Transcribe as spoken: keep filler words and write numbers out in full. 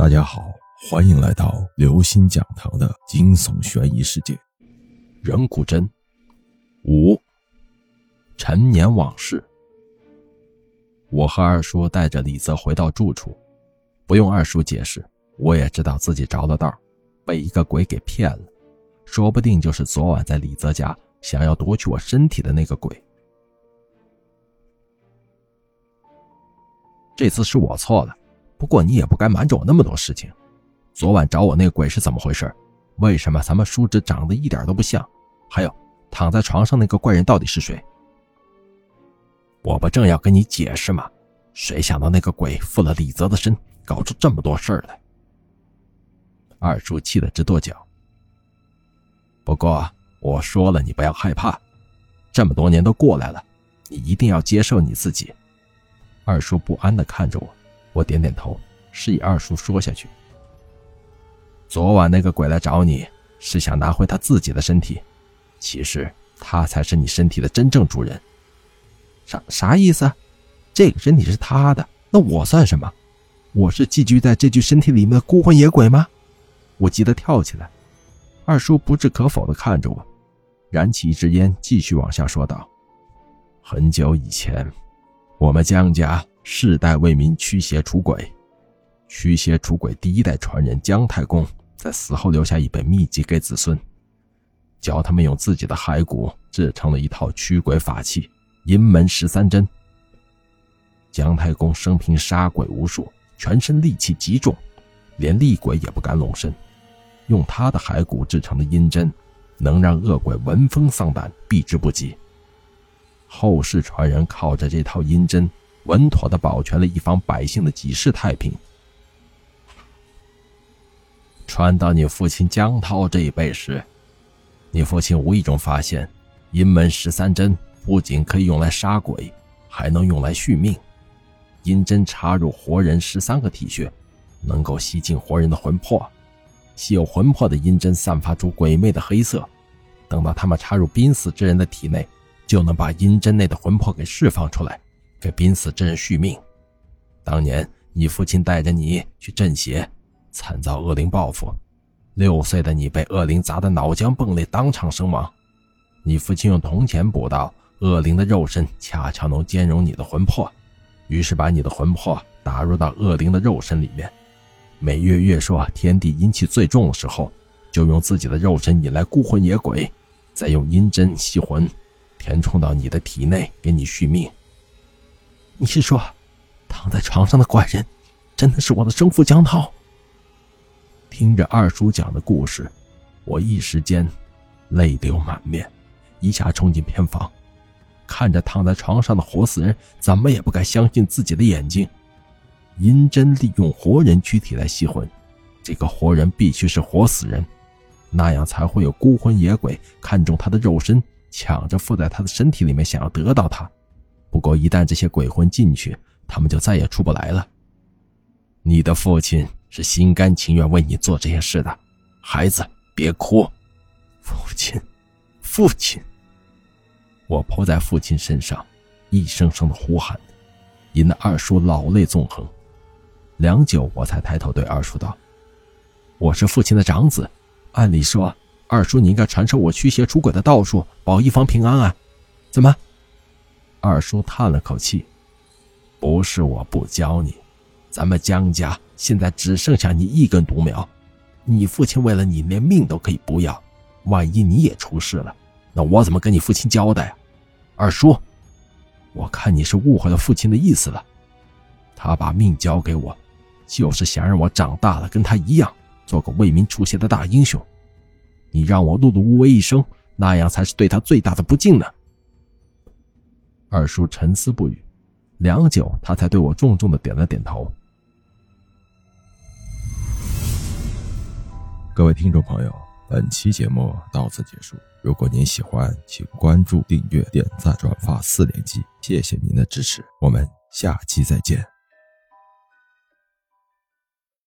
大家好，欢迎来到刘星讲堂的惊悚悬疑世界。人骨针五，陈年往事。我和二叔带着李泽回到住处，不用二叔解释，我也知道自己着了道，被一个鬼给骗了，说不定就是昨晚在李泽家想要夺取我身体的那个鬼。这次是我错了，不过你也不该瞒着我那么多事情。昨晚找我那个鬼是怎么回事？为什么咱们叔侄长得一点都不像？还有，躺在床上那个怪人到底是谁？我不正要跟你解释吗？谁想到那个鬼附了李泽的身，搞出这么多事儿来。二叔气得直跺脚。不过我说了，你不要害怕，这么多年都过来了，你一定要接受你自己。二叔不安地看着我，我点点头，示意二叔说下去。昨晚那个鬼来找你，是想拿回他自己的身体，其实他才是你身体的真正主人。啥啥意思？这个身体是他的，那我算什么？我是寄居在这具身体里面的孤魂野鬼吗？我急得跳起来。二叔不置可否地看着我，燃起一支烟，继续往下说道：很久以前，我们江家世代为民驱邪除鬼，驱邪除鬼第一代传人姜太公在死后留下一本秘籍给子孙，教他们用自己的骸骨制成了一套驱鬼法器阴门十三针。姜太公生平杀鬼无数，全身戾气极重，连厉鬼也不敢拢身，用他的骸骨制成的阴针能让恶鬼闻风丧胆，避之不及。后世传人靠着这套阴针稳妥地保全了一方百姓的几世太平。传到你父亲姜涛这一辈时，你父亲无意中发现阴门十三针不仅可以用来杀鬼，还能用来续命。阴针插入活人十三个体穴，能够吸进活人的魂魄，吸有魂魄的阴针散发出鬼魅的黑色，等到他们插入濒死之人的体内，就能把阴针内的魂魄给释放出来，给濒死之人续命。当年你父亲带着你去镇邪，惨遭恶灵报复，六岁的你被恶灵砸得脑浆迸裂，当场身亡。你父亲用铜钱补到恶灵的肉身恰巧能兼容你的魂魄，于是把你的魂魄打入到恶灵的肉身里面。每月月说天地阴气最重的时候，就用自己的肉身引来孤魂野鬼，再用阴针吸魂填充到你的体内，给你续命。你是说躺在床上的怪人真的是我的生父姜涛？听着二叔讲的故事，我一时间泪流满面，一下冲进偏房，看着躺在床上的活死人，怎么也不敢相信自己的眼睛。阴针利用活人躯体来吸魂，这个活人必须是活死人，那样才会有孤魂野鬼看中他的肉身，抢着附在他的身体里面，想要得到他。不过一旦这些鬼魂进去，他们就再也出不来了。你的父亲是心甘情愿为你做这些事的，孩子别哭。父亲，父亲。我扑在父亲身上，一声声的呼喊，引得二叔老泪纵横。良久，我才抬头对二叔道：我是父亲的长子，按理说二叔你应该传授我驱邪除鬼的道术，保一方平安啊。怎么？二叔叹了口气：不是我不教你，咱们姜家现在只剩下你一根独苗，你父亲为了你连命都可以不要，万一你也出事了，那我怎么跟你父亲交代啊？二叔，我看你是误会了父亲的意思了，他把命交给我，就是想让我长大了跟他一样，做个为民除邪的大英雄。你让我碌碌无为一生，那样才是对他最大的不敬呢。二叔沉思不语，良久，他才对我重重地点了点头。各位听众朋友，本期节目到此结束。如果您喜欢，请关注、订阅、点赞、转发四连击，谢谢您的支持，我们下期再见。